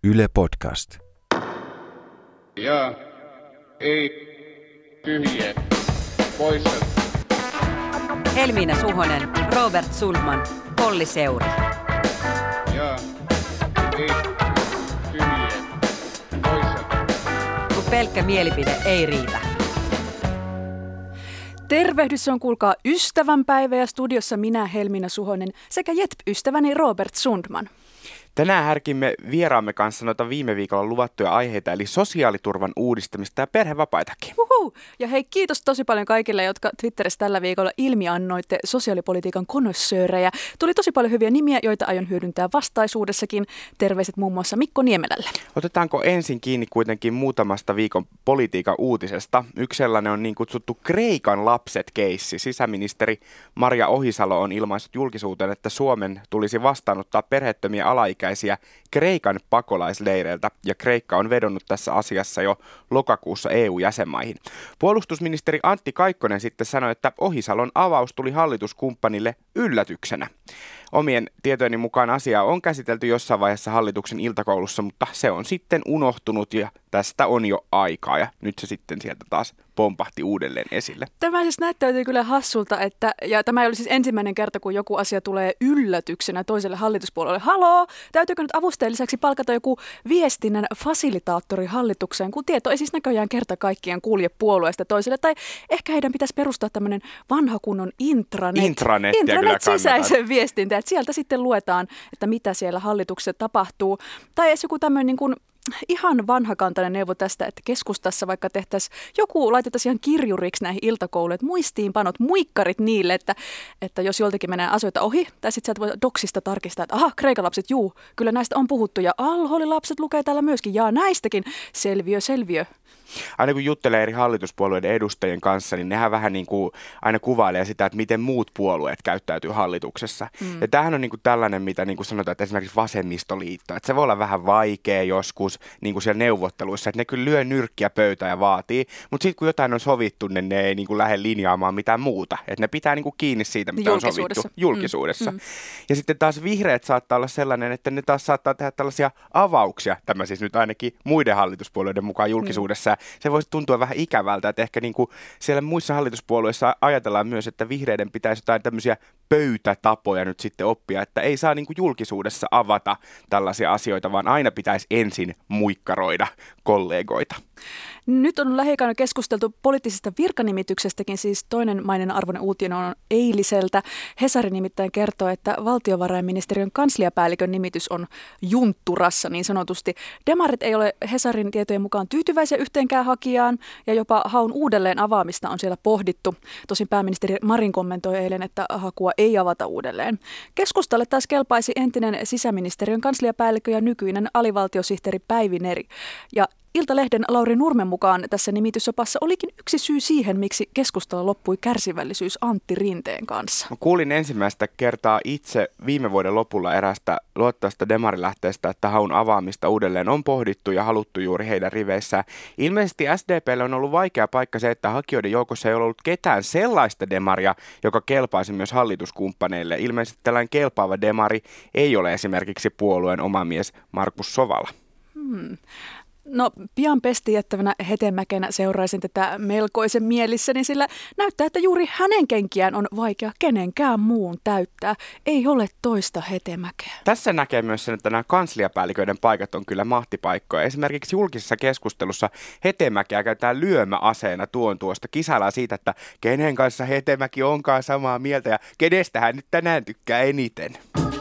Yle Podcast. Ja ei tyhjä poissa. Helmiina Suhonen, Robert Sundman, Olli Seuri. Ja ei tyhjä poissa. Kun pelkkä mielipide ei riitä. Tervehdys on kuulkaa ystävänpäivä ja studiossa minä Helmiina Suhonen sekä JETP-ystäväni Robert Sundman. Tänään härkimme vieraamme kanssa noita viime viikolla luvattuja aiheita, eli sosiaaliturvan uudistamista ja perhevapaitakin. Uhu. Ja hei, kiitos tosi paljon kaikille, jotka Twitterissä tällä viikolla ilmiannoitte sosiaalipolitiikan konnoissöörejä. Tuli tosi paljon hyviä nimiä, joita aion hyödyntää vastaisuudessakin. Terveiset muun muassa Mikko Niemelälle. Otetaanko ensin kiinni kuitenkin muutamasta viikon politiikan uutisesta? Yksi sellainen on niin kutsuttu Kreikan lapset-keissi. Sisäministeri Maria Ohisalo on ilmaissut julkisuuteen, että Suomen tulisi vastaanottaa perheettömiä alaikäisiä Kreikan pakolaisleireiltä, ja Kreikka on vedonnut tässä asiassa jo lokakuussa EU-jäsenmaihin. Puolustusministeri Antti Kaikkonen sitten sanoi, että Ohisalon avaus tuli hallituskumppanille yllätyksenä. Omien tietojeni mukaan asiaa on käsitelty jossain vaiheessa hallituksen iltakoulussa, mutta se on sitten unohtunut ja tästä on jo aikaa ja nyt se sitten sieltä taas pompahti uudelleen esille. Tämä siis näyttäytyy kyllä hassulta, ja tämä ei ole siis ensimmäinen kerta, kun joku asia tulee yllätyksenä toiselle hallituspuolelle. Haloo, täytyykö nyt avustajan lisäksi palkata joku viestinnän fasilitaattori hallitukseen, kun tieto ei siis näköjään kerta kaikkiaan kulje puolueesta toiselle, tai ehkä heidän pitäisi perustaa tämmöinen vanha kunnon intranet sisäisen viestintä, että sieltä sitten luetaan, että mitä siellä hallituksessa tapahtuu, tai edes joku tämmöinen niin kuin ihan vanhakantainen neuvo tästä, että keskustassa vaikka laitettaisiin ihan kirjuriksi näihin iltakouluihin, että muistiinpanot, muikkarit niille, että jos joltakin menee asioita ohi, tai sitten sieltä voi doksista tarkistaa, että aha, Kreikan lapset, juu, kyllä näistä on puhuttu, ja Al-Holin-lapset lukee täällä myöskin, ja näistäkin, selviö. Aina kun juttelee eri hallituspuolueiden edustajien kanssa, niin nehän vähän niin kuin aina kuvailee sitä, että miten muut puolueet käyttäytyy hallituksessa. Ja tämähän on niin kuin tällainen, mitä niin kuin sanotaan, että esimerkiksi vasemmistoliitto, että se voi olla vähän vaikea joskus niin kuin siellä neuvotteluissa, että ne kyllä lyö nyrkkiä pöytään ja vaatii, mutta sitten kun jotain on sovittu, niin ne ei niin kuin lähde linjaamaan mitään muuta. Että ne pitää niin kuin kiinni siitä, mitä on sovittu julkisuudessa. Ja sitten taas vihreät saattaa olla sellainen, että ne taas saattaa tehdä tällaisia avauksia, tämä siis nyt ainakin muiden hallituspuolueiden mukaan julkisuudessa. Se voisi tuntua vähän ikävältä, että ehkä niin kuin siellä muissa hallituspuolueissa ajatellaan myös, että vihreiden pitäisi jotain tämmöisiä pöytätapoja nyt sitten oppia, että ei saa niin kuin julkisuudessa avata tällaisia asioita, vaan aina pitäisi ensin muikkaroida kollegoita. Nyt on lähiaikoina keskusteltu poliittisesta virkanimityksestäkin, siis toinen maininnan-arvoinen uutinen on eiliseltä. Hesari nimittäin kertoo, että valtiovarainministeriön kansliapäällikön nimitys on juntturassa niin sanotusti. Demarit ei ole Hesarin tietojen mukaan tyytyväisiä yhteenkään hakijaan ja jopa haun uudelleen avaamista on siellä pohdittu. Tosin pääministeri Marin kommentoi eilen, että hakua ei avata uudelleen. Keskustalle taas kelpaisi entinen sisäministeriön kansliapäällikkö ja nykyinen alivaltiosihteeri Päivi Neri. Ja Iltalehden Lauri Nurmen mukaan tässä nimityssopassa olikin yksi syy siihen, miksi keskustalla loppui kärsivällisyys Antti Rinteen kanssa. Mä kuulin ensimmäistä kertaa itse viime vuoden lopulla erästä luottavasta demarilähteestä, että haun avaamista uudelleen on pohdittu ja haluttu juuri heidän riveissään. Ilmeisesti SDP:lle on ollut vaikea paikka se, että hakijoiden joukossa ei ole ollut ketään sellaista demaria, joka kelpaisi myös hallituskumppaneille. Ilmeisesti tällainen kelpaava demari ei ole esimerkiksi puolueen oma mies Markus Sovala. No pian pestiin jättävänä Hetemäkenä seuraisin tätä melkoisen mielissäni, sillä näyttää, että juuri hänen kenkiään on vaikea kenenkään muun täyttää. Ei ole toista Hetemäkeä. Tässä näkee myös sen, että nämä kansliapäälliköiden paikat on kyllä mahtipaikkoja. Esimerkiksi julkisessa keskustelussa Hetemäkeä käytetään lyömäaseena tuosta. Kisaillaan siitä, että kenen kanssa Hetemäki onkaan samaa mieltä ja kenestä hän nyt tänään tykkää eniten.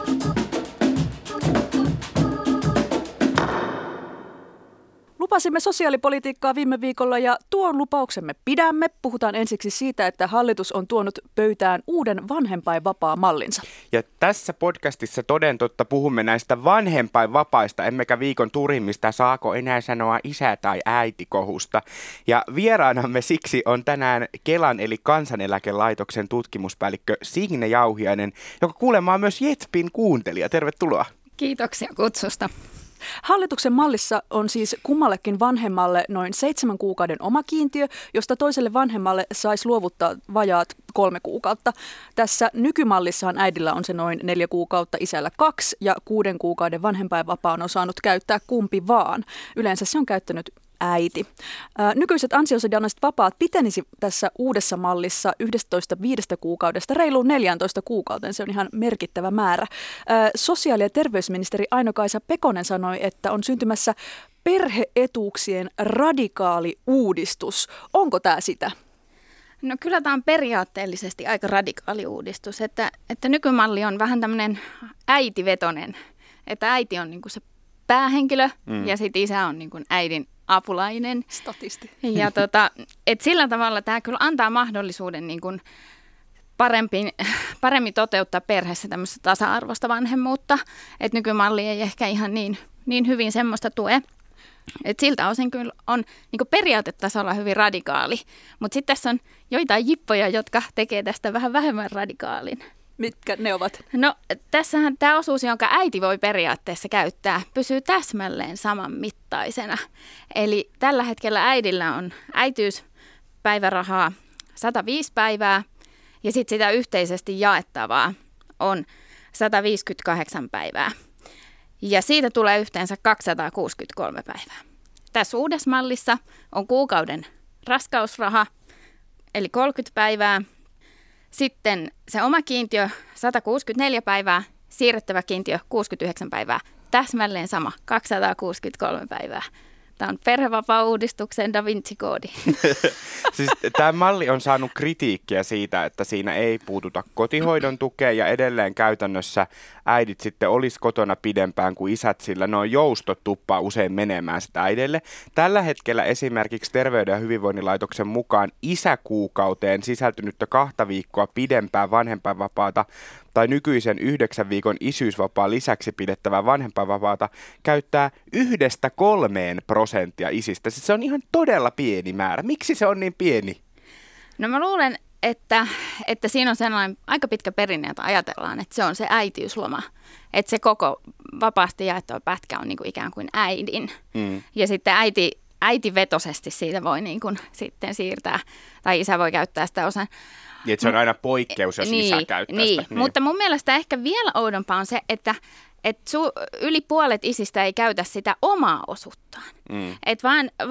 Lupasimme sosiaalipolitiikkaa viime viikolla ja tuon lupauksemme pidämme. Puhutaan ensiksi siitä, että hallitus on tuonut pöytään uuden vanhempainvapaa-mallinsa. Ja tässä podcastissa toden totta puhumme näistä vanhempainvapaista, emmekä viikon turimmista saako enää sanoa isä tai äiti kohusta. Ja vieraanamme siksi on tänään Kelan eli Kansaneläkelaitoksen tutkimuspäällikkö Signe Jauhiainen, joka kuulemma on myös JETPin kuuntelija. Tervetuloa. Kiitoksia kutsusta. Hallituksen mallissa on siis kummallekin vanhemmalle noin 7 kuukauden oma kiintiö, josta toiselle vanhemmalle saisi luovuttaa vajaat 3 kuukautta. Tässä nykymallissahan äidillä on se noin 4 kuukautta, isällä 2 ja 6 kuukauden vanhempainvapaan on saanut käyttää kumpi vaan. Yleensä se on käyttänyt äiti. Nykyiset ansiosidonnaiset vapaat pitenisi tässä uudessa mallissa 11,5 kuukaudesta reiluun 14 kuukauteen. Se on ihan merkittävä määrä. Sosiaali- ja terveysministeri Aino-Kaisa Pekonen sanoi, että on syntymässä perhe-etuuksien radikaali uudistus. Onko tämä sitä? No kyllä tämä on periaatteellisesti aika radikaali uudistus, että nykymalli on vähän tämmöinen äitivetonen, että äiti on niinku se päähenkilö ja sitten isä on niinku äidin apulainen. Statisti. Ja et sillä tavalla tämä kyllä antaa mahdollisuuden niin kuin paremmin toteuttaa perheessä tämmöistä tasa-arvoista vanhemmuutta. Että nykymalli ei ehkä ihan niin hyvin semmoista tue. Et siltä osin kyllä on niin kuin periaatetasolla hyvin radikaali. Mutta sitten tässä on joitain jippoja, jotka tekee tästä vähän vähemmän radikaalin. Mitkä ne ovat? No tässähän tämä osuus, jonka äiti voi periaatteessa käyttää, pysyy täsmälleen saman mittaisena. Eli tällä hetkellä äidillä on äitiyspäivärahaa 105 päivää ja sitten sitä yhteisesti jaettavaa on 158 päivää. Ja siitä tulee yhteensä 263 päivää. Tässä uudessa mallissa on kuukauden raskausraha, eli 30 päivää. Sitten se oma kiintiö 164 päivää, siirrettävä kiintiö 69 päivää, täsmälleen sama 263 päivää. Tämä on perhevapaa-uudistuksen Da Vinci-koodi. Siis tämä malli on saanut kritiikkiä siitä, että siinä ei puututa kotihoidon tukeen ja edelleen käytännössä äidit sitten olisi kotona pidempään kuin isät, sillä nuo joustot tuppaa usein menemään sitä äidille. Tällä hetkellä esimerkiksi Terveyden ja hyvinvoinnin laitoksen mukaan isäkuukauteen sisältynyttä 2 viikkoa pidempään vanhempainvapaata tai nykyisen 9 viikon isyysvapaan lisäksi pidettävää vanhempainvapaata käyttää 1–3% isistä. Siis se on ihan todella pieni määrä. Miksi se on niin pieni? No mä luulen, että siinä on sellainen aika pitkä perinne, että ajatellaan, että se on se äitiysloma. Että se koko vapaasti jaettava pätkä on niin kuin ikään kuin äidin. Ja sitten äitivetoisesti siitä voi niin kuin sitten siirtää, tai isä voi käyttää sitä osan. Niin, että se on aina poikkeus, jos isä käyttää sitä. Niin, mutta mun mielestä ehkä vielä oudompaa on se, että yli puolet isistä ei käytä sitä omaa osuuttaan. Että vaan 45%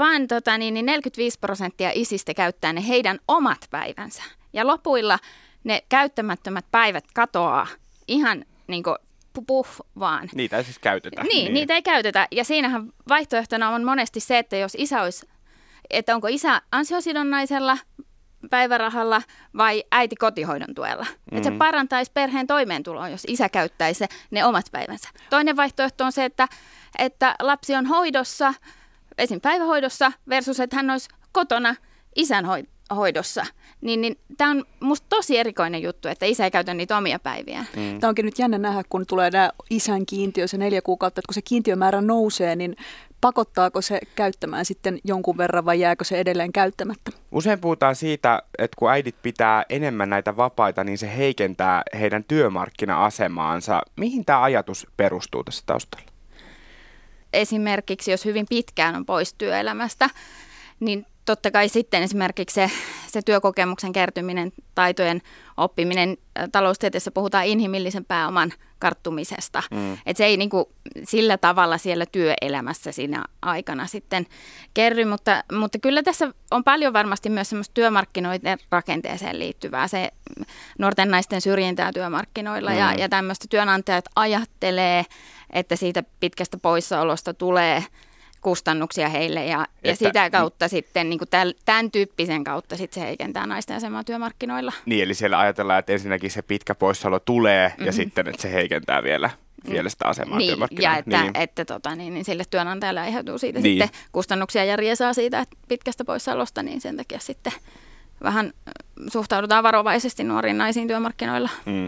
isistä käyttää ne heidän omat päivänsä. Ja lopuilla ne käyttämättömät päivät katoaa ihan niin kuin vaan. Niitä ei siis käytetä. Niin, niitä ei käytetä. Ja siinähän vaihtoehtona on monesti se, että jos isä olisi, että onko isä ansiosidonnaisella päivärahalla vai äiti kotihoidon tuella. Että se parantaisi perheen toimeentuloa, jos isä käyttäisi ne omat päivänsä. Toinen vaihtoehto on se, että lapsi on hoidossa, esim. Päivähoidossa versus, että hän olisi kotona isän hoidossa. Niin tämä on musta tosi erikoinen juttu, että isä ei käytä niitä omia päiviä. Tämä onkin nyt jännä nähdä, kun tulee nämä isän kiintiö, se 4 kuukautta, että kun se kiintiömäärä nousee, niin pakottaako se käyttämään sitten jonkun verran vai jääkö se edelleen käyttämättä? Usein puhutaan siitä, että kun äidit pitää enemmän näitä vapaita, niin se heikentää heidän työmarkkina-asemaansa. Mihin tämä ajatus perustuu tässä taustalla? Esimerkiksi jos hyvin pitkään on pois työelämästä, niin totta kai sitten esimerkiksi se työkokemuksen kertyminen, taitojen oppiminen, taloustieteessä puhutaan inhimillisen pääoman karttumisesta. Että se ei niinku sillä tavalla siellä työelämässä siinä aikana sitten kerry, mutta kyllä tässä on paljon varmasti myös semmoista työmarkkinoiden rakenteeseen liittyvää, se nuorten naisten syrjintää työmarkkinoilla ja tämmöistä työnantajat ajattelee, että siitä pitkästä poissaolosta tulee kustannuksia heille ja sitä kautta sitten niin kuin tämän tyyppisen kautta sitten se heikentää naisten asemaa työmarkkinoilla. Niin, eli siellä ajatellaan, että ensinnäkin se pitkä poissaolo tulee ja sitten, että se heikentää vielä sitä asemaa työmarkkinoilla. Ja että sille työnantajalle aiheutuu siitä sitten kustannuksia ja riesaa siitä pitkästä poissaolosta, niin sen takia sitten vähän suhtaudutaan varovaisesti nuoriin naisiin työmarkkinoilla.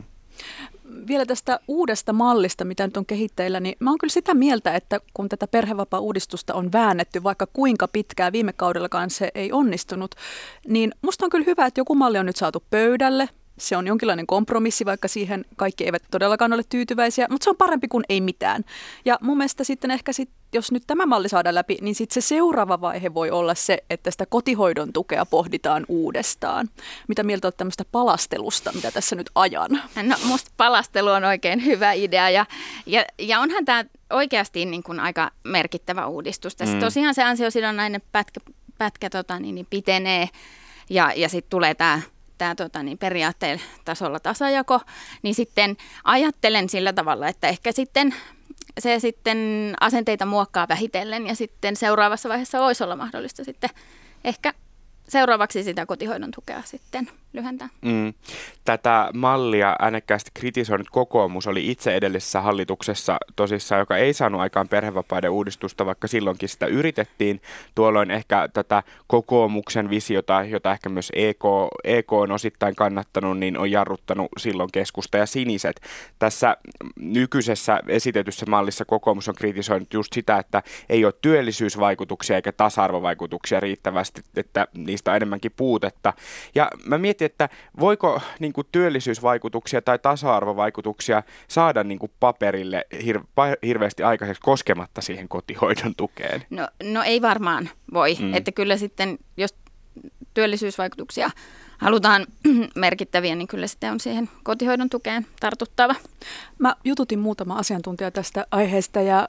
Vielä tästä uudesta mallista, mitä nyt on kehitteillä, niin mä oon kyllä sitä mieltä, että kun tätä perhevapaa-uudistusta on väännetty, vaikka kuinka pitkään viime kaudellakaan se ei onnistunut, niin musta on kyllä hyvä, että joku malli on nyt saatu pöydälle. Se on jonkinlainen kompromissi, vaikka siihen kaikki eivät todellakaan ole tyytyväisiä, mutta se on parempi kuin ei mitään. Ja mun mielestä sitten ehkä, jos nyt tämä malli saadaan läpi, niin sitten se seuraava vaihe voi olla se, että sitä kotihoidon tukea pohditaan uudestaan. Mitä mieltä olet tämmöistä palastelusta, mitä tässä nyt ajan? No musta palastelu on oikein hyvä idea ja onhan tämä oikeasti niin kuin aika merkittävä uudistus. Tässä tosiaan se ansiosidonnainen pätkä pitenee ja sitten tulee tämä periaatteen tasolla tasajako, niin sitten ajattelen sillä tavalla, että ehkä sitten se sitten asenteita muokkaa vähitellen ja sitten seuraavassa vaiheessa voisi olla mahdollista sitten ehkä seuraavaksi sitä kotihoidon tukea sitten lyhentää. Tätä mallia äänekkäästi kritisoinut kokoomus oli itse edellisessä hallituksessa tosissaan, joka ei saanut aikaan perhevapaiden uudistusta, vaikka silloinkin sitä yritettiin. Tuolloin ehkä tätä kokoomuksen visiota, jota ehkä myös EK on osittain kannattanut, niin on jarruttanut silloin keskusta ja siniset. Tässä nykyisessä esitetyssä mallissa kokoomus on kritisoinut just sitä, että ei ole työllisyysvaikutuksia eikä tasa-arvovaikutuksia riittävästi, että niistä on enemmänkin puutetta. Ja mä mietin, että voiko niin kuin työllisyysvaikutuksia tai tasa-arvovaikutuksia saada niin kuin paperille hirveästi aikaiseksi koskematta siihen kotihoidon tukeen? No ei varmaan voi, että kyllä sitten jos työllisyysvaikutuksia halutaan merkittäviä, niin kyllä sitten on siihen kotihoidon tukeen tartuttava. Mä jututin muutama asiantuntija tästä aiheesta ja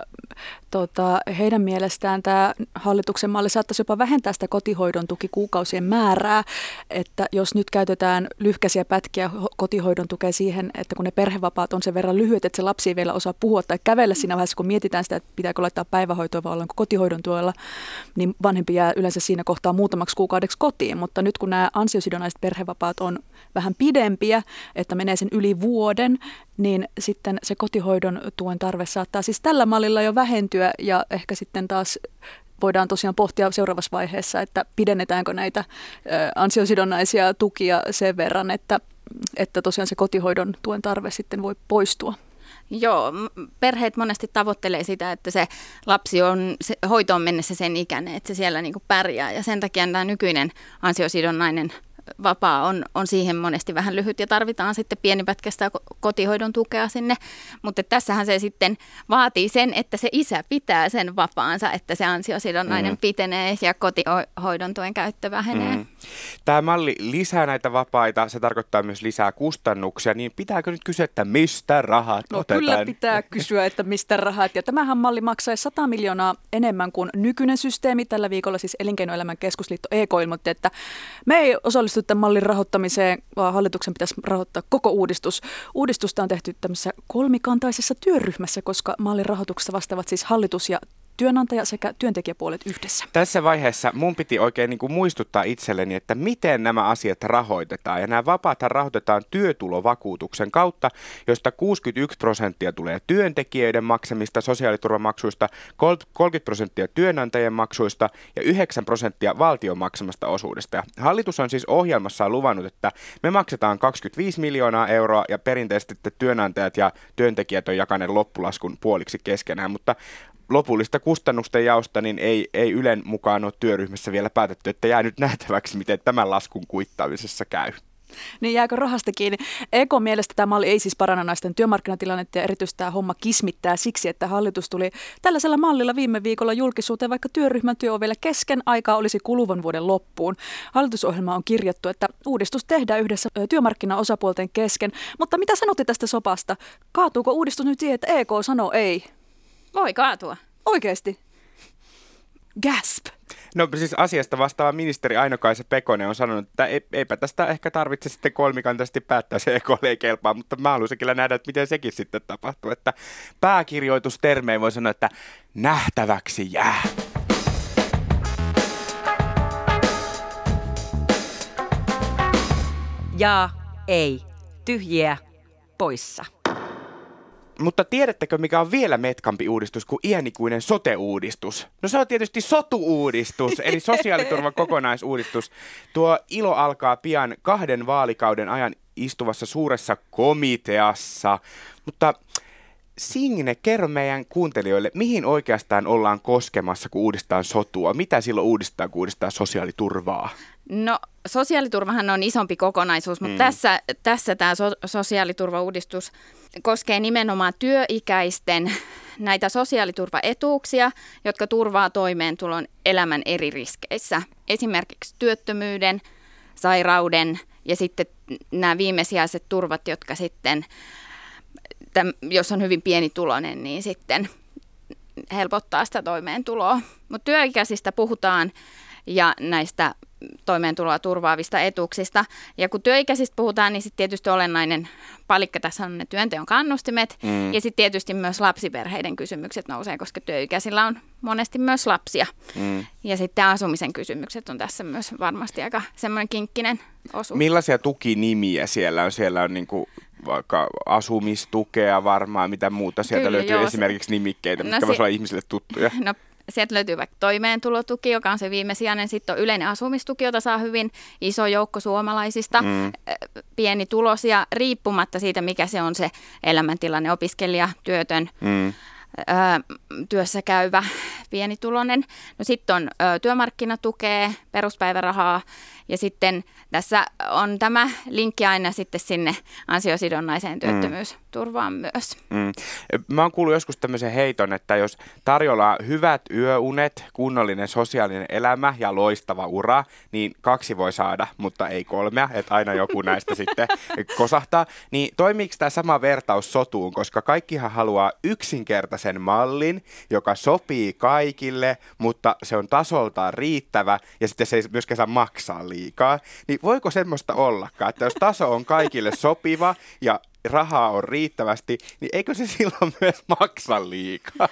heidän mielestään tämä hallituksen malli saattaisi jopa vähentää sitä kotihoidon tukikuukausien määrää, että jos nyt käytetään lyhkäisiä pätkiä kotihoidon tukea siihen, että kun ne perhevapaat on sen verran lyhyet, että se lapsi ei vielä osaa puhua tai kävellä siinä vaiheessa, kun mietitään sitä, että pitääkö laittaa päivähoitoa vai ollaanko kotihoidon tuella, niin vanhempi jää yleensä siinä kohtaa muutamaksi kuukaudeksi kotiin, mutta nyt kun nämä ansiosidonnaiset perhevapaat on vähän pidempiä, että menee sen yli vuoden, niin sitten se kotihoidon tuen tarve saattaa siis tällä mallilla jo vähentyä ja ehkä sitten taas voidaan tosiaan pohtia seuraavassa vaiheessa, että pidennetäänkö näitä ansiosidonnaisia tukia sen verran, että tosiaan se kotihoidon tuen tarve sitten voi poistua. Joo, perheet monesti tavoittelee sitä, että se lapsi on hoitoon mennessä sen ikäinen, että se siellä niinku pärjää ja sen takia tämä nykyinen ansiosidonnainen vapaa on siihen monesti vähän lyhyt ja tarvitaan sitten pieni pätkä sitä kotihoidon tukea sinne, mutta tässähän se sitten vaatii sen, että se isä pitää sen vapaansa, että se ansiosidonnainen pitenee ja kotihoidon tuen käyttö vähenee. Tämä malli lisää näitä vapaita, se tarkoittaa myös lisää kustannuksia, niin pitääkö nyt kysyä, että mistä rahat otetaan? Kyllä pitää kysyä, että mistä rahat. Ja tämähän malli maksaisi 100 miljoonaa enemmän kuin nykyinen systeemi. Tällä viikolla siis Elinkeinoelämän keskusliitto EK ilmoitti, että me ei osallistu tämän mallin rahoittamiseen, vaan hallituksen pitäisi rahoittaa koko uudistus. Uudistusta on tehty tämmöisessä kolmikantaisessa työryhmässä, koska mallin rahoituksesta vastaavat siis hallitus ja työnantaja sekä työntekijäpuolet yhdessä. Tässä vaiheessa mun piti oikein niin kuin muistuttaa itselleni, että miten nämä asiat rahoitetaan. Ja nämä vapaathan rahoitetaan työtulovakuutuksen kautta, josta 61% tulee työntekijöiden maksamista sosiaaliturvamaksuista, 30% työnantajien maksuista ja 9% valtion maksamasta osuudesta. Ja hallitus on siis ohjelmassaan luvannut, että me maksetaan 25 miljoonaa euroa ja perinteisesti työnantajat ja työntekijät on jakaneet loppulaskun puoliksi keskenään, mutta lopullista kustannusten jaosta niin ei Ylen mukaan ole työryhmässä vielä päätetty, että jää nyt nähtäväksi, miten tämän laskun kuittaamisessa käy. Niin jääkö rahasta kiinni? EK:n mielestä tämä malli ei siis paranna naisten työmarkkinatilannetta ja erityisesti tämä homma kismittää siksi, että hallitus tuli tällaisella mallilla viime viikolla julkisuuteen, vaikka työryhmän työ on vielä kesken, aikaa olisi kuluvan vuoden loppuun. Hallitusohjelma on kirjattu, että uudistus tehdään yhdessä työmarkkinaosapuolten kesken, mutta mitä sanotte tästä sopasta? Kaatuuko uudistus nyt siihen, että EK sanoo ei? Voi kaatua. Oikeasti? Gasp! No siis asiasta vastaava ministeri Aino-Kaisa Pekonen on sanonut, että eipä tästä ehkä tarvitse sitten kolmikantaisesti päättää, se EK:lle ei kelpaa, mutta mä haluaisin kyllä nähdä, että miten sekin sitten tapahtuu. Että pääkirjoitustermein voi sanoa, että nähtäväksi jää. Ja ei. Tyhjiä poissa. Mutta tiedättekö, mikä on vielä metkampi uudistus kuin iänikuinen sote-uudistus? No se on tietysti sotu-uudistus, eli sosiaaliturvan kokonaisuudistus. Tuo ilo alkaa pian 2 vaalikauden ajan istuvassa suuressa komiteassa. Mutta Signe, kerro meidän kuuntelijoille, mihin oikeastaan ollaan koskemassa, kun uudistetaan sotua? Mitä silloin uudistetaan, kun uudistetaan sosiaaliturvaa? No sosiaaliturvahan on isompi kokonaisuus, mutta tässä tämä sosiaaliturvauudistus koskee nimenomaan työikäisten näitä sosiaaliturvaetuuksia, jotka turvaa toimeentulon elämän eri riskeissä. Esimerkiksi työttömyyden, sairauden ja sitten nämä viimesijaiset turvat, jotka sitten, jos on hyvin pienituloinen, niin sitten helpottaa sitä toimeentuloa. Mutta työikäisistä puhutaan ja näistä toimeentuloa turvaavista etuuksista. Ja kun työikäisistä puhutaan, niin sitten tietysti olennainen palikka tässä on ne työnteon kannustimet. Ja sitten tietysti myös lapsiperheiden kysymykset nousee, koska työikäisillä on monesti myös lapsia. Ja sitten asumisen kysymykset on tässä myös varmasti aika semmoinen kinkkinen osuus. Millaisia tukinimiä siellä on? Siellä on niinku vaikka asumistukea varmaan, mitä muuta sieltä Kyllä, löytyy, esimerkiksi nimikkeitä, mitkä voisivat olla ihmisille tuttuja. No, sieltä löytyy vaikka toimeentulotuki, joka on se viimesijainen. Sitten on yleinen asumistuki, jota saa hyvin iso joukko suomalaisista, pienituloisia, riippumatta siitä, mikä se on se elämäntilanne, opiskelija, työtön, työssä käyvä, pienituloinen. No sitten on työmarkkinatukea, peruspäivärahaa ja sitten tässä on tämä linkki aina sitten sinne ansiosidonnaiseen työttömyysturvaan myös. Mä oon kuullut joskus tämmöisen heiton, että jos tarjolla on hyvät yöunet, kunnollinen sosiaalinen elämä ja loistava ura, niin 2 voi saada, mutta ei 3, että aina joku näistä sitten kosahtaa. Niin toimiiko tämä sama vertaus sotuun, koska kaikkihan haluaa yksinkertaisen mallin, joka sopii kaikille, mutta se on tasoltaan riittävä ja sitten se ei myöskään saa maksaa liikaa. Niin voiko semmoista ollakaan, että jos taso on kaikille sopiva ja rahaa on riittävästi, niin eikö se silloin myös maksa liikaa?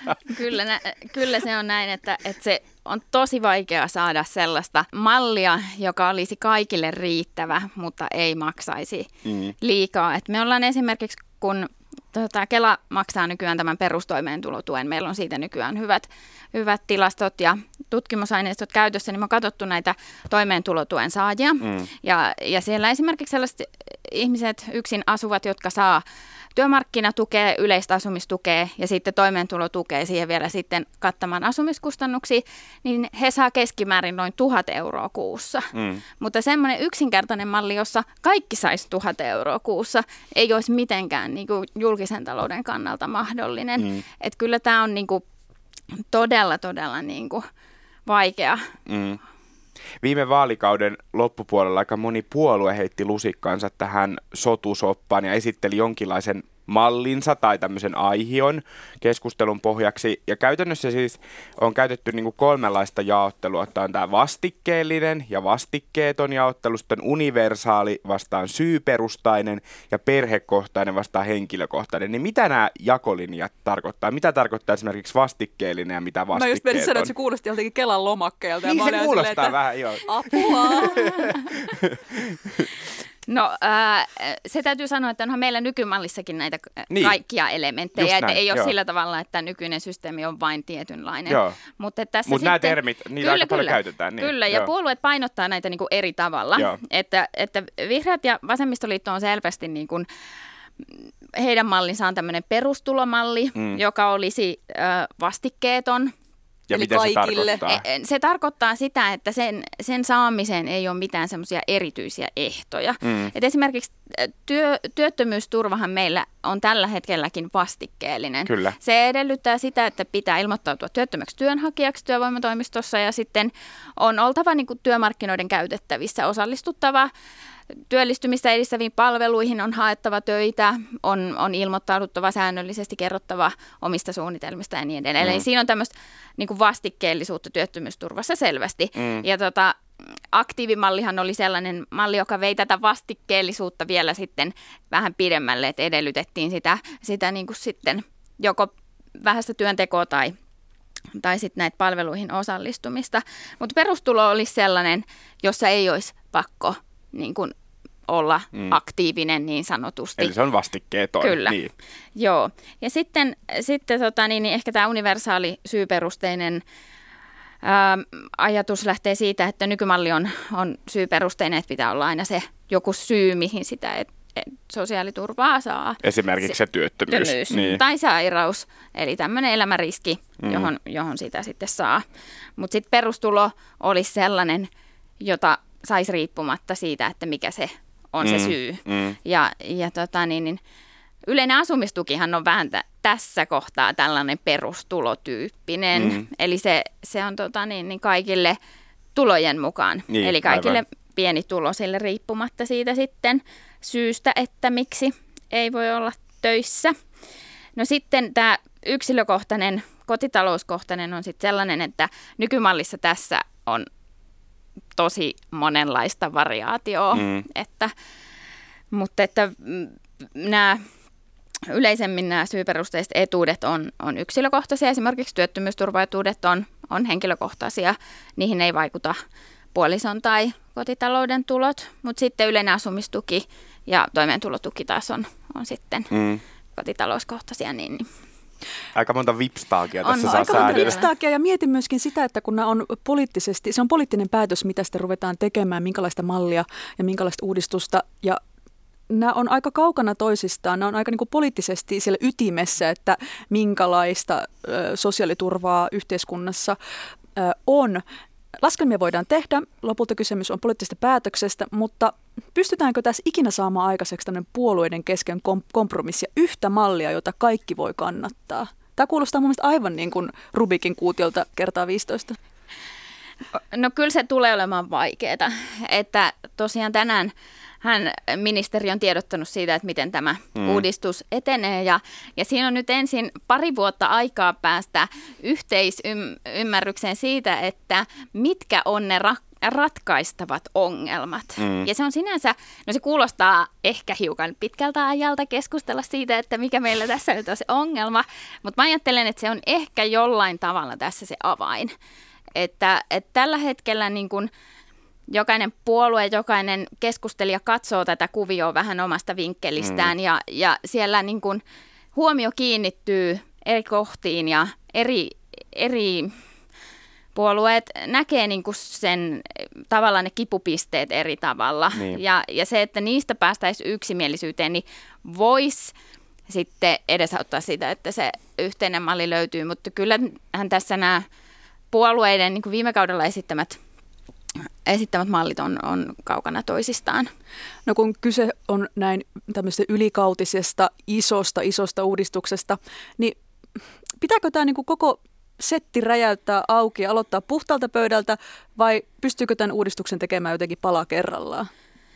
Kyllä se on näin, että se on tosi vaikea saada sellaista mallia, joka olisi kaikille riittävä, mutta ei maksaisi liikaa. Et me ollaan esimerkiksi, kun Kela maksaa nykyään tämän perustoimeentulotuen, meillä on siitä nykyään hyvät tilastot ja tutkimusaineistot käytössä, niin me on katsottu näitä toimeentulotuen saajia. Ja siellä esimerkiksi sellaiset ihmiset, yksin asuvat, jotka saa työmarkkinatukea, yleistä asumistukea ja sitten toimeentulotukea siihen vielä sitten kattamaan asumiskustannuksia, niin he saa keskimäärin noin 1 000 euroa kuussa. Mutta semmoinen yksinkertainen malli, jossa kaikki saisi 1 000 euroa kuussa, ei olisi mitenkään niin kuin julkisen talouden kannalta mahdollinen. Että kyllä tämä on niin kuin todella niin kuin vaikea. Viime vaalikauden loppupuolella aika moni puolue heitti lusikkaansa tähän sotusoppaan ja esitteli jonkinlaisen mallinsa tai tämmöisen aihion keskustelun pohjaksi. Ja käytännössä siis on käytetty niin kuin 3 jaottelua. Tämä on tämä vastikkeellinen ja vastikkeeton jaottelu, sitten universaali vastaan syyperustainen ja perhekohtainen vastaan henkilökohtainen. Niin mitä nämä jakolinjat tarkoittaa? Mitä tarkoittaa esimerkiksi vastikkeellinen ja mitä vastikkeeton? Mä just menin sanoa, että se kuulosti joltakin Kelan lomakkeelta. Niin se kuulostaa vähän, joo. Apua! No se täytyy sanoa, että onhan meillä nykymallissakin näitä kaikkia elementtejä, että ei ole sillä tavalla, että nykyinen systeemi on vain tietynlainen. Mutta nämä termit, niitä aika paljon käytetään. Niin. Kyllä, ja puolueet painottaa näitä niin kuin eri tavalla. Että Vihreät ja Vasemmistoliitto on selvästi niin kuin, heidän mallinsa on tämmöinen perustulomalli, joka olisi vastikkeeton. Ja eli mitä kaikille. Se tarkoittaa? Se tarkoittaa sitä, että sen saamiseen ei ole mitään semmoisia erityisiä ehtoja. Et esimerkiksi työttömyysturvahan meillä on tällä hetkelläkin vastikkeellinen. Kyllä. Se edellyttää sitä, että pitää ilmoittautua työttömäksi työnhakijaksi työvoimatoimistossa ja sitten on oltava niin kuin työmarkkinoiden käytettävissä osallistuttava. Työllistymistä edistäviin palveluihin on haettava töitä, on ilmoittauduttava säännöllisesti, kerrottava omista suunnitelmista ja niin edelleen. Eli siinä on tämmöistä niin kuin vastikkeellisuutta työttömyysturvassa selvästi. Ja aktiivimallihan oli sellainen malli, joka vei tätä vastikkeellisuutta vielä sitten vähän pidemmälle, että edellytettiin sitä niin kuin sitten joko vähäistä työntekoa tai sitten näitä palveluihin osallistumista. Mutta perustulo olisi sellainen, jossa ei olisi pakko niin kuin olla aktiivinen niin sanotusti. Eli se on vastikkeeton. Kyllä, niin. Joo. Ja sitten ehkä tämä universaali syyperusteinen ajatus lähtee siitä, että nykymalli on syyperusteinen, että pitää olla aina se joku syy, mihin sitä sosiaaliturvaa saa. Esimerkiksi se työttömyys. Niin. Tai sairaus, eli tämmöinen elämänriski, johon sitä sitten saa. Mutta sitten perustulo olisi sellainen, jota saisi riippumatta siitä, että mikä se on se syy. Ja yleinen asumistukihan on vähän tässä kohtaa tällainen perustulotyyppinen, eli se on kaikille tulojen mukaan, Niin, eli kaikille aivan. pienitulosille riippumatta siitä sitten syystä, että miksi ei voi olla töissä. No sitten tämä yksilökohtainen, kotitalouskohtainen on sitten sellainen, että nykymallissa tässä on tosi monenlaista variaatioa, mutta että yleisemmin nämä syyperusteiset etuudet on yksilökohtaisia. Esimerkiksi työttömyysturvaetuudet on henkilökohtaisia. Niihin ei vaikuta puolison tai kotitalouden tulot, mutta sitten yleinen asumistuki ja toimeentulotuki taas on sitten kotitalouskohtaisia. Niin. Aika monta vipstaakia tässä saa aika monta säädellä. vipstaakia, ja mietin myöskin sitä, että kun nämä on poliittisesti, se on poliittinen päätös, mitä sitten ruvetaan tekemään, minkälaista mallia ja minkälaista uudistusta, ja nämä on aika kaukana toisistaan, nämä on aika niin kuin poliittisesti siellä ytimessä, että minkälaista sosiaaliturvaa yhteiskunnassa on. Laskelmia voidaan tehdä, lopulta kysymys on poliittisesta päätöksestä, mutta pystytäänkö tässä ikinä saamaan aikaiseksi tämmöinen puolueiden kesken kompromissi ja yhtä mallia, jota kaikki voi kannattaa? Tämä kuulostaa mun mielestä aivan niin kuin Rubikin kuutiolta kertaa 15. No kyllä se tulee olemaan vaikeaa, että tosiaan tänään ministeri on tiedottanut siitä, että miten tämä uudistus etenee ja siinä on nyt ensin pari vuotta aikaa päästä yhteisymmärrykseen siitä, että mitkä on ne ratkaistavat ongelmat. Ja se on sinänsä, no se kuulostaa ehkä hiukan pitkältä ajalta keskustella siitä, että mikä meillä tässä nyt on se ongelma, mutta mä ajattelen, että se on ehkä jollain tavalla tässä se avain. Että tällä hetkellä niin kun jokainen puolue, jokainen keskustelija katsoo tätä kuvioa vähän omasta vinkkelistään ja siellä niin kun huomio kiinnittyy eri kohtiin ja eri puolueet näkee niin kuin sen tavallaan ne kipupisteet eri tavalla. Niin. Ja se, että niistä päästäisiin yksimielisyyteen, niin voisi sitten edesauttaa sitä, että se yhteinen malli löytyy. Mutta kyllähän tässä nämä puolueiden niin kuin viime kaudella esittämät mallit on kaukana toisistaan. No kun kyse on näin tämmöisestä ylikautisesta, isosta uudistuksesta, niin pitääkö tämä niin kuin koko setti räjäyttää auki ja aloittaa puhtaalta pöydältä vai pystyykö tämän uudistuksen tekemään jotenkin pala kerrallaan?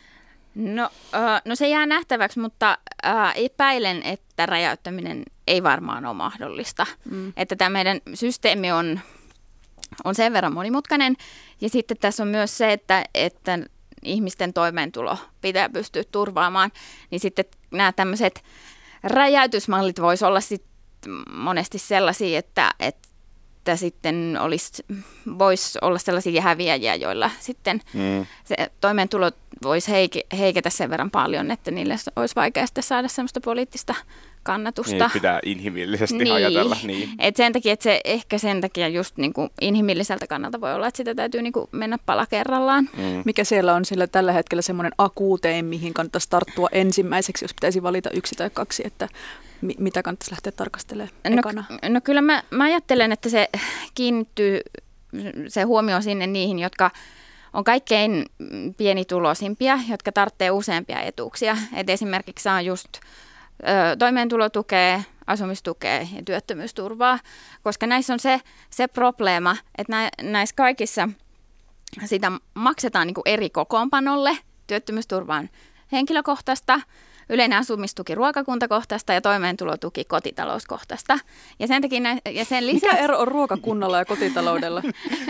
No se jää nähtäväksi, mutta epäilen, että räjäyttäminen ei varmaan ole mahdollista. Että tämä meidän systeemi on sen verran monimutkainen ja sitten tässä on myös se, että ihmisten toimeentulo pitää pystyä turvaamaan, niin sitten nämä tämmöiset räjäytysmallit voisi olla sitten monesti sellaisia, että sitten voisi olla sellaisia häviäjiä, joilla sitten se toimeentulo voisi heiketä sen verran paljon, että niille olisi vaikea sitten saada sellaista poliittista kannatusta. Niin, pitää inhimillisesti ajatella. Niin. Sen takia just niin kuin inhimilliseltä kannalta voi olla, että sitä täytyy niin kuin mennä pala kerrallaan. Mikä siellä on sillä tällä hetkellä semmoinen akuutein, mihin kannattaisi tarttua ensimmäiseksi, jos pitäisi valita 1 tai 2, että mitä kannattaisi lähteä tarkastelemaan ekana? No kyllä mä ajattelen, että se kiinnittyy se huomio sinne niihin, jotka on kaikkein pienituloisimpia, jotka tarvitsee useampia etuuksia. Et esimerkiksi saa just toimeentulotukea, asumistukea ja työttömyysturvaa, koska näissä on se probleema, että näissä kaikissa sitä maksetaan niin kuin eri kokoonpanolle. Työttömyysturva on henkilökohtaista, yleinen asumistuki ruokakuntakohtaista ja toimeentulotuki kotitalouskohtaista. Ja sen takia sen lisäksi... Mikä ero on ruokakunnalla ja kotitaloudella?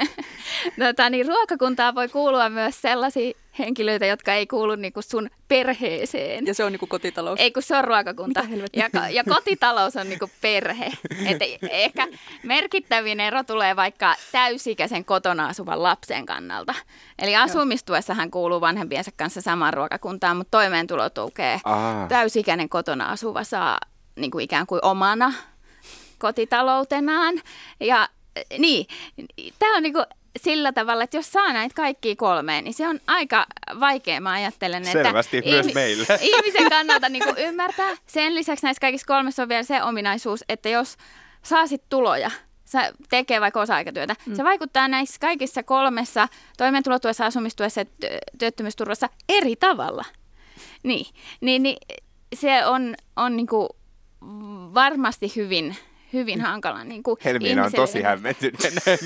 Ruokakuntaan voi kuulua myös sellaisia henkilöitä, jotka ei kuulu niinku sun perheeseen. Ja se on niinku kotitalous? Ei, kun se on ruokakunta. Ja kotitalous on niinku perhe. Et ehkä merkittävin ero tulee vaikka täysikäisen kotona asuvan lapsen kannalta. Eli asumistuessa hän kuuluu vanhempiensa kanssa samaan ruokakuntaan, mutta toimeentulotukea täysikäinen kotona asuva saa niinku ikään kuin omana kotitaloutenaan. Ja niin, tämä on niinku sillä tavalla, että jos saa näitä kaikkia 3, niin se on aika vaikea. Mä ajattelen, selvästi että myös meille. Ihmisen kannalta niin ymmärtää. Sen lisäksi näissä kaikissa 3 on vielä se ominaisuus, että jos saa sit tuloja, tekee vaikka osa-aikatyötä. Se vaikuttaa näissä kaikissa 3 toimeentulotuessa, asumistuessa ja työttömyysturvassa eri tavalla. Niin se on niinku varmasti hyvin hankala. Niinku Helmiina on tosi hämmentynyt.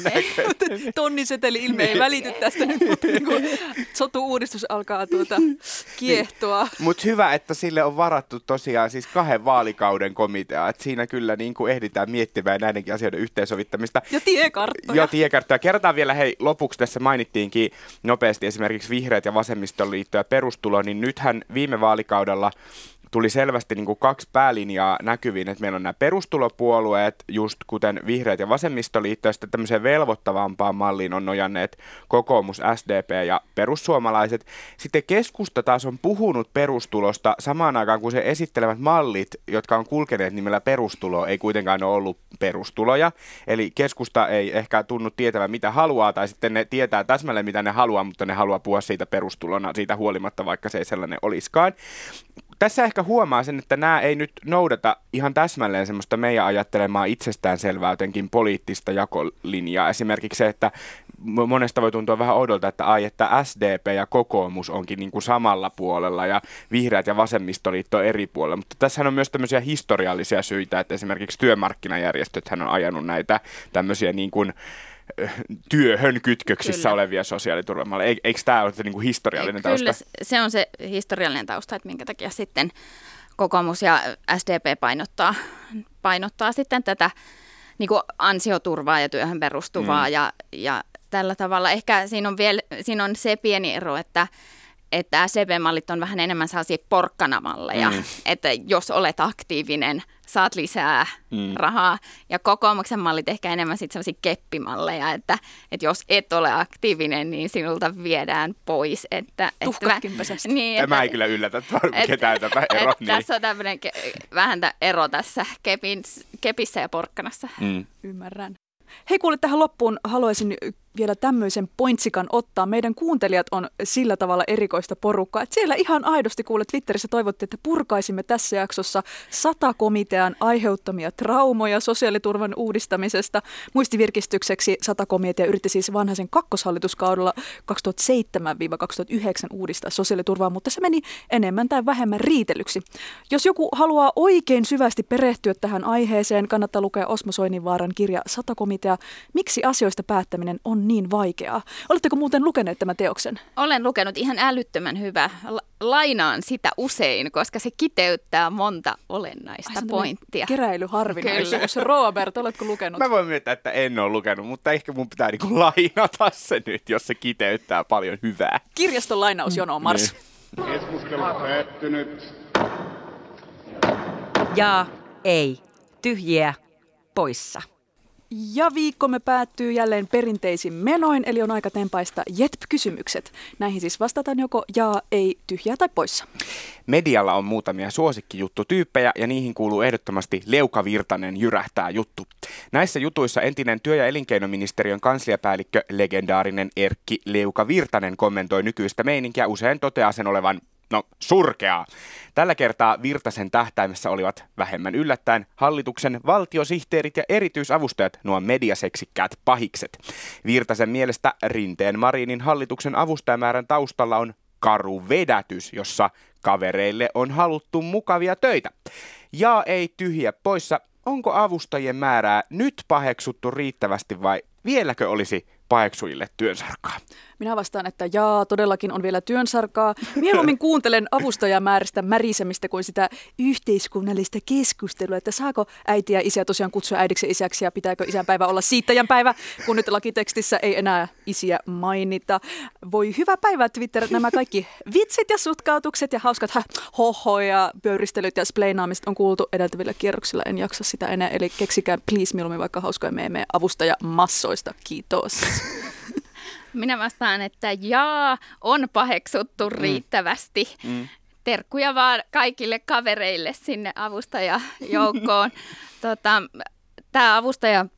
Tonniseteli ilme ei välity tästä nyt, mutta niinku sotu-uudistus alkaa kiehtoa. Mutta hyvä, että sille on varattu tosiaan siis 2 vaalikauden komitea. Että siinä kyllä niin kuin ehditään miettimään näidenkin asioiden yhteensovittamista. Ja tiekarttoja. Joo, tiekarttoja. Kerrotaan vielä, lopuksi tässä mainittiinkin nopeasti esimerkiksi Vihreät ja Vasemmistoliitto ja perustulo, niin nythän viime vaalikaudella tuli selvästi niin kuin 2 päälinjaa näkyviin, että meillä on nämä perustulopuolueet, just kuten Vihreät ja Vasemmistoliitto, ja sitten tämmöiseen velvoittavampaan malliin on nojanneet kokoomus, SDP ja perussuomalaiset. Sitten keskusta taas on puhunut perustulosta samaan aikaan, kun se esittelevät mallit, jotka on kulkeneet nimellä perustulo, ei kuitenkaan ole ollut perustuloja. Eli keskusta ei ehkä tunnu tietävän, mitä haluaa, tai sitten ne tietää täsmälleen, mitä ne haluaa, mutta ne haluaa puhua siitä perustulona siitä huolimatta, vaikka se ei sellainen olisikaan. Tässä ehkä huomaa sen, että nämä ei nyt noudata ihan täsmälleen semmoista meidän ajattelemaa itsestäänselvää jotenkin poliittista jakolinjaa. Esimerkiksi se, että monesta voi tuntua vähän oudolta, että SDP ja kokoomus onkin niin kuin samalla puolella ja Vihreät ja Vasemmistoliitto eri puolella. Mutta tässä on myös tämmöisiä historiallisia syitä, että esimerkiksi työmarkkinajärjestöthän on ajanut näitä tämmöisiä niin kuin työhön kytköksissä olevia sosiaaliturvamalleja. Eikö tämä ole niin kuin historiallinen tausta? Kyllä, se on se historiallinen tausta, että minkä takia sitten kokoomus ja SDP painottaa sitten tätä niin kuin ansioturvaa ja työhön perustuvaa ja tällä tavalla. Ehkä siinä on se pieni ero, että SDP-mallit on vähän enemmän sellaisia porkkanamalleja, että jos olet aktiivinen, saat lisää rahaa. Ja kokoomuksen mallit ehkä enemmän sitten sellaisia keppimalleja, että jos et ole aktiivinen, niin sinulta viedään pois. Tuhkatkin pesästä. Niin, tämä ei kyllä yllätä ketään tämä ero. Niin. Tässä on tämmöinen vähän ero tässä kepissä ja porkkanassa. Ymmärrän. Hei kuule, tähän loppuun haluaisin vielä tämmöisen pointsikan ottaa. Meidän kuuntelijat on sillä tavalla erikoista porukkaa, että siellä ihan aidosti kuule Twitterissä toivottiin, että purkaisimme tässä jaksossa 100-komitean aiheuttamia traumoja sosiaaliturvan uudistamisesta. Muistivirkistykseksi 100-komitea yritti siis Vanhasen kakkoshallituskaudella 2007-2009 uudistaa sosiaaliturvaa, mutta se meni enemmän tai vähemmän riitelyksi. Jos joku haluaa oikein syvästi perehtyä tähän aiheeseen, kannattaa lukea Osmo Soininvaaran kirja 100-komitea. Miksi asioista päättäminen on niin vaikeaa? Oletteko muuten lukeneet tämän teoksen? Olen lukenut, ihan älyttömän hyvä. Lainaan sitä usein, koska se kiteyttää monta olennaista pointtia. Keräilyharvinaisuus. Robert, oletko lukenut? Mä voin myöntää, että en ole lukenut, mutta ehkä mun pitää niinku lainata se nyt, jos se kiteyttää paljon hyvää. Kirjaston lainausjono, Mars. Keskustelu päättynyt. Jaa, ei, tyhjiä, poissa. Ja viikkomme päättyy jälleen perinteisin menoin, eli on aika tempaista JETP-kysymykset. Näihin siis vastataan joko jaa, ei, tyhjää tai poissa. Medialla on muutamia suosikkijuttu-tyyppejä ja niihin kuuluu ehdottomasti Leuka Virtanen jyrähtää juttu. Näissä jutuissa entinen työ- ja elinkeinoministeriön kansliapäällikkö legendaarinen Erkki Leuka Virtanen kommentoi nykyistä meininkiä, usein toteaa sen olevan surkeaa. Tällä kertaa Virtasen tähtäimessä olivat vähemmän yllättäen hallituksen valtiosihteerit ja erityisavustajat, nuo mediaseksikkäät pahikset. Virtasen mielestä Rinteen-Marinin hallituksen avustajamäärän taustalla on karu vedätys, jossa kavereille on haluttu mukavia töitä. Ja ei tyhjä poissa, onko avustajien määrää nyt paheksuttu riittävästi vai vieläkö olisi paheksujille työnsarkaa? Minä vastaan, että jaa, todellakin on vielä työnsarkaa. Mieluummin kuuntelen avustajamääristä märisemistä kuin sitä yhteiskunnallista keskustelua, että saako äiti ja isä tosiaan kutsua äidiksi ja isäksi ja pitääkö isänpäivä olla siittäjänpäivä, kun nyt lakitekstissä ei enää isiä mainita. Voi hyvää päivää Twitter, nämä kaikki vitsit ja sutkautukset ja hauskat hoho ja pöyristelyt ja spleinaamiset on kuultu edeltävillä kierroksilla. En jaksa sitä enää, eli keksikää please mieluummin vaikka hauskoja meemejä avustajamassoista. Kiitos. Minä vastaan, että jaa, on paheksuttu riittävästi. Terkkuja vaan kaikille kavereille sinne avustajajoukkoon. Tämä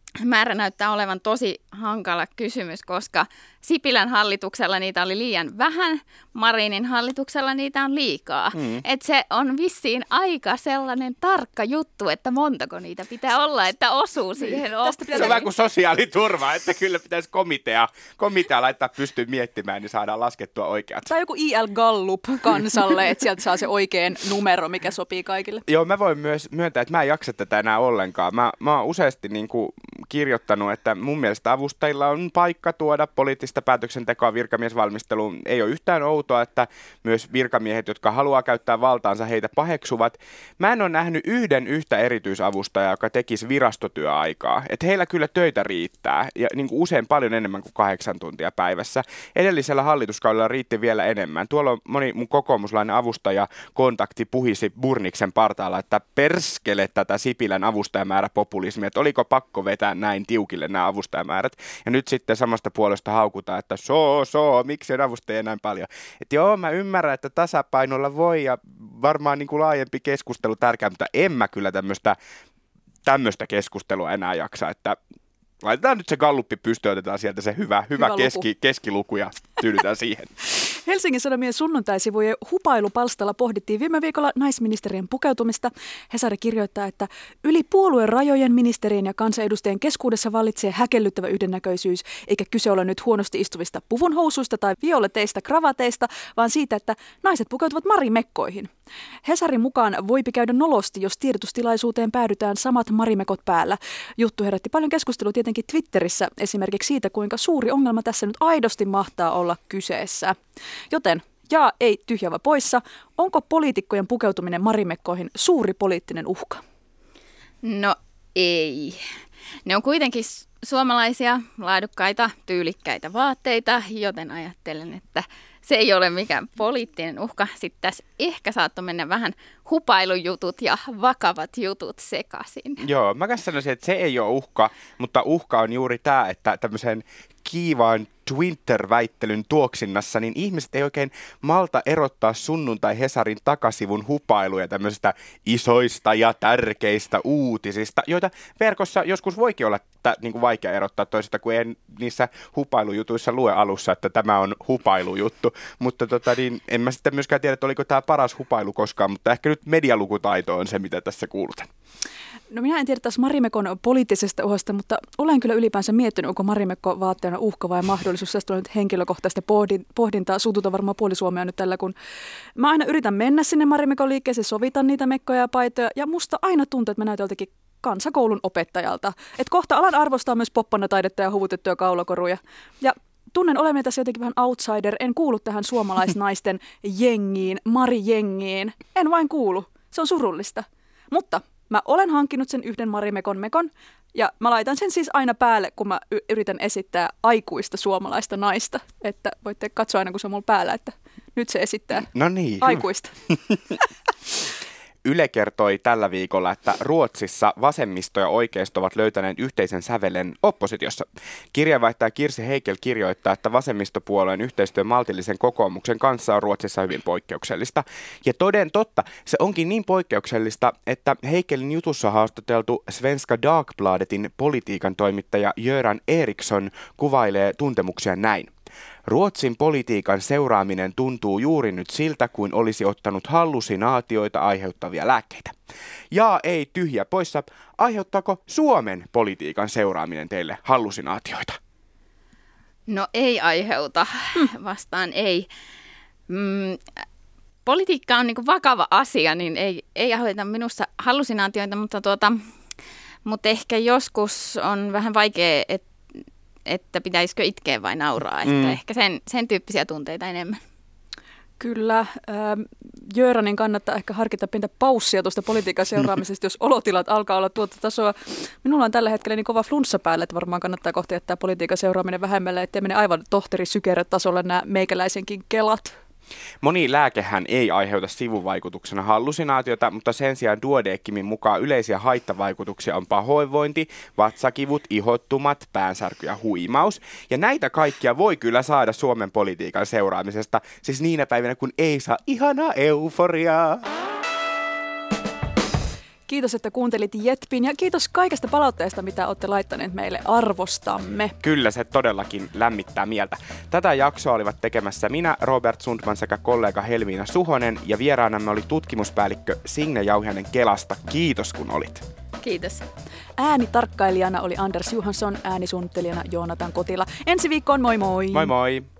määrä näyttää olevan tosi hankala kysymys, koska Sipilän hallituksella niitä oli liian vähän, Marinin hallituksella niitä on liikaa. Et se on vissiin aika sellainen tarkka juttu, että montako niitä pitää olla, että osuu siihen optioon. Se on vähän kuin sosiaaliturva, että kyllä pitäisi komitea laittaa pystyyn miettimään, niin saadaan laskettua oikeat. Tai joku IL Gallup kansalle, että sieltä saa se oikein numero, mikä sopii kaikille. Joo, mä voin myös myöntää, että mä en jaksa tätä enää ollenkaan. Mä oon useasti niin kuin kirjoittanut, että mun mielestä avustajilla on paikka tuoda poliittista päätöksentekoa virkamiesvalmisteluun. Ei ole yhtään outoa, että myös virkamiehet, jotka haluaa käyttää valtaansa, heitä paheksuvat. Mä en ole nähnyt yhtä erityisavustajaa, joka tekisi virastotyöaikaa. Että heillä kyllä töitä riittää ja niin kuin usein paljon enemmän kuin 8 tuntia päivässä. Edellisellä hallituskaudella riitti vielä enemmän. Tuolla on moni mun kokoomuslainen avustaja kontakti puhisi Burniksen partaalla, että perskele tätä Sipilän avustajamääräpopulismia, että oliko pakko vetää näin tiukille nämä avustajamäärät. Ja nyt sitten samasta puolesta haukutaan, että miksi on avustajia näin paljon. Että joo, mä ymmärrän, että tasapainolla voi ja varmaan niin kuin laajempi keskustelu tärkeää, mutta en mä kyllä tämmöistä keskustelua enää jaksa, että laitetaan nyt se galluppi pystyyn, otetaan sieltä se hyvä keskiluku ja tyydytään siihen. Helsingin Sanomien sunnuntaisivujen hupailupalstalla pohdittiin viime viikolla naisministerien pukeutumista. Hesari kirjoittaa, että yli puolueen rajojen ministerien ja kansanedustajien keskuudessa vallitsee häkellyttävä yhdennäköisyys, eikä kyse ole nyt huonosti istuvista puvunhousuista tai violeteista kravateista, vaan siitä, että naiset pukeutuvat marimekkoihin. Hesarin mukaan voipi käydä nolosti, jos tiedotustilaisuuteen päädytään samat marimekot päällä. Juttu herätti paljon keskustelua tietenkin Twitterissä, esimerkiksi siitä, kuinka suuri ongelma tässä nyt aidosti mahtaa olla kyseessä. Joten, ei tyhjä vai poissa, onko poliitikkojen pukeutuminen marimekkoihin suuri poliittinen uhka? No ei. Ne on kuitenkin suomalaisia, laadukkaita, tyylikkäitä vaatteita, joten ajattelen, että se ei ole mikään poliittinen uhka. Sitten tässä ehkä saattoi mennä vähän hupailujutut ja vakavat jutut sekaisin. Joo, mä sanoisin, että se ei ole uhka, mutta uhka on juuri tämä, että tämmöisen kiivaan Twitter-väittelyn tuoksinnassa, niin ihmiset ei oikein malta erottaa sunnuntai Hesarin takasivun hupailuja tämmöisistä isoista ja tärkeistä uutisista, joita verkossa joskus voikin olla niin kuin vaikea erottaa toisista, kun ei niissä hupailujutuissa lue alussa, että tämä on hupailujuttu. Mutta niin en mä sitten myöskään tiedä, että oliko tämä paras hupailu koskaan, mutta ehkä nyt medialukutaito on se, mitä tässä kuulutan. No minä en tiedä taas marimekon poliittisesta uhasta, mutta olen kyllä ylipäänsä miettinyt, onko marimekko vaatteena uhka vai mahdollisuus. Tästä on nyt henkilökohtaista pohdintaa. Suututa varmaan puoli Suomea nyt tällä, kun mä aina yritän mennä sinne marimekon liikkeeseen, sovitan niitä mekkoja ja paitoja. Ja musta aina tuntuu, että mä näytän joltakin kansakoulun opettajalta. Että kohta alan arvostaa myös poppanataidetta ja huvutettuja kaulakoruja. Ja tunnen olemme tässä jotenkin vähän outsider. En kuulu tähän suomalaisnaisten jengiin, marijengiin. En vain kuulu. Se on surullista. Mutta mä olen hankkinut sen yhden marimekon ja mä laitan sen siis aina päälle, kun mä yritän esittää aikuista suomalaista naista. Että voitte katsoa aina, kun se on mulla päällä, että nyt se esittää aikuista. Yle kertoi tällä viikolla, että Ruotsissa vasemmisto ja oikeisto ovat löytäneet yhteisen sävelen oppositiossa. Kirjeenvaihtaja Kirsi Heikel kirjoittaa, että vasemmistopuolueen yhteistyö maltillisen kokoomuksen kanssa on Ruotsissa hyvin poikkeuksellista. Ja toden totta, se onkin niin poikkeuksellista, että Heikelin jutussa haastateltu Svenska Dagbladetin politiikan toimittaja Göran Eriksson kuvailee tuntemuksia näin. Ruotsin politiikan seuraaminen tuntuu juuri nyt siltä, kuin olisi ottanut hallusinaatioita aiheuttavia lääkkeitä. Ei tyhjä poissa, aiheuttaako Suomen politiikan seuraaminen teille hallusinaatioita? No ei aiheuta, vastaan ei. Politiikka on niin vakava asia, niin ei aiheuta minussa hallusinaatioita, mutta ehkä joskus on vähän vaikea, että pitäisikö itkeä vai nauraa, että ehkä sen tyyppisiä tunteita enemmän. Kyllä. Göranin kannattaa ehkä harkita pientä paussia tuosta politiikan seuraamisesta, jos olotilat alkaa olla tuota tasoa. Minulla on tällä hetkellä niin kova flunssa päällä, että varmaan kannattaa kohta jättää politiikan seuraaminen vähemmälle, ettei mene aivan tohtori sykeretasolle nämä meikäläisenkin kelat. Moni lääkehän ei aiheuta sivuvaikutuksena hallusinaatiota, mutta sen sijaan Duodecimin mukaan yleisiä haittavaikutuksia on pahoinvointi, vatsakivut, ihottumat, päänsärky ja huimaus. Ja näitä kaikkia voi kyllä saada Suomen politiikan seuraamisesta, siis niinä päivinä kun ei saa ihanaa euforiaa. Kiitos, että kuuntelit Jetpin ja kiitos kaikesta palautteesta, mitä olette laittaneet meille. Arvostamme. Kyllä, se todellakin lämmittää mieltä. Tätä jaksoa olivat tekemässä minä, Robert Sundman sekä kollega Helmiina Suhonen ja vieraanamme oli tutkimuspäällikkö Signe Jauhiainen Kelasta. Kiitos kun olit. Kiitos. Äänitarkkailijana oli Anders Johansson, äänisuunnittelijana Joonatan Kotila. Ensi viikkoon moi moi! Moi moi!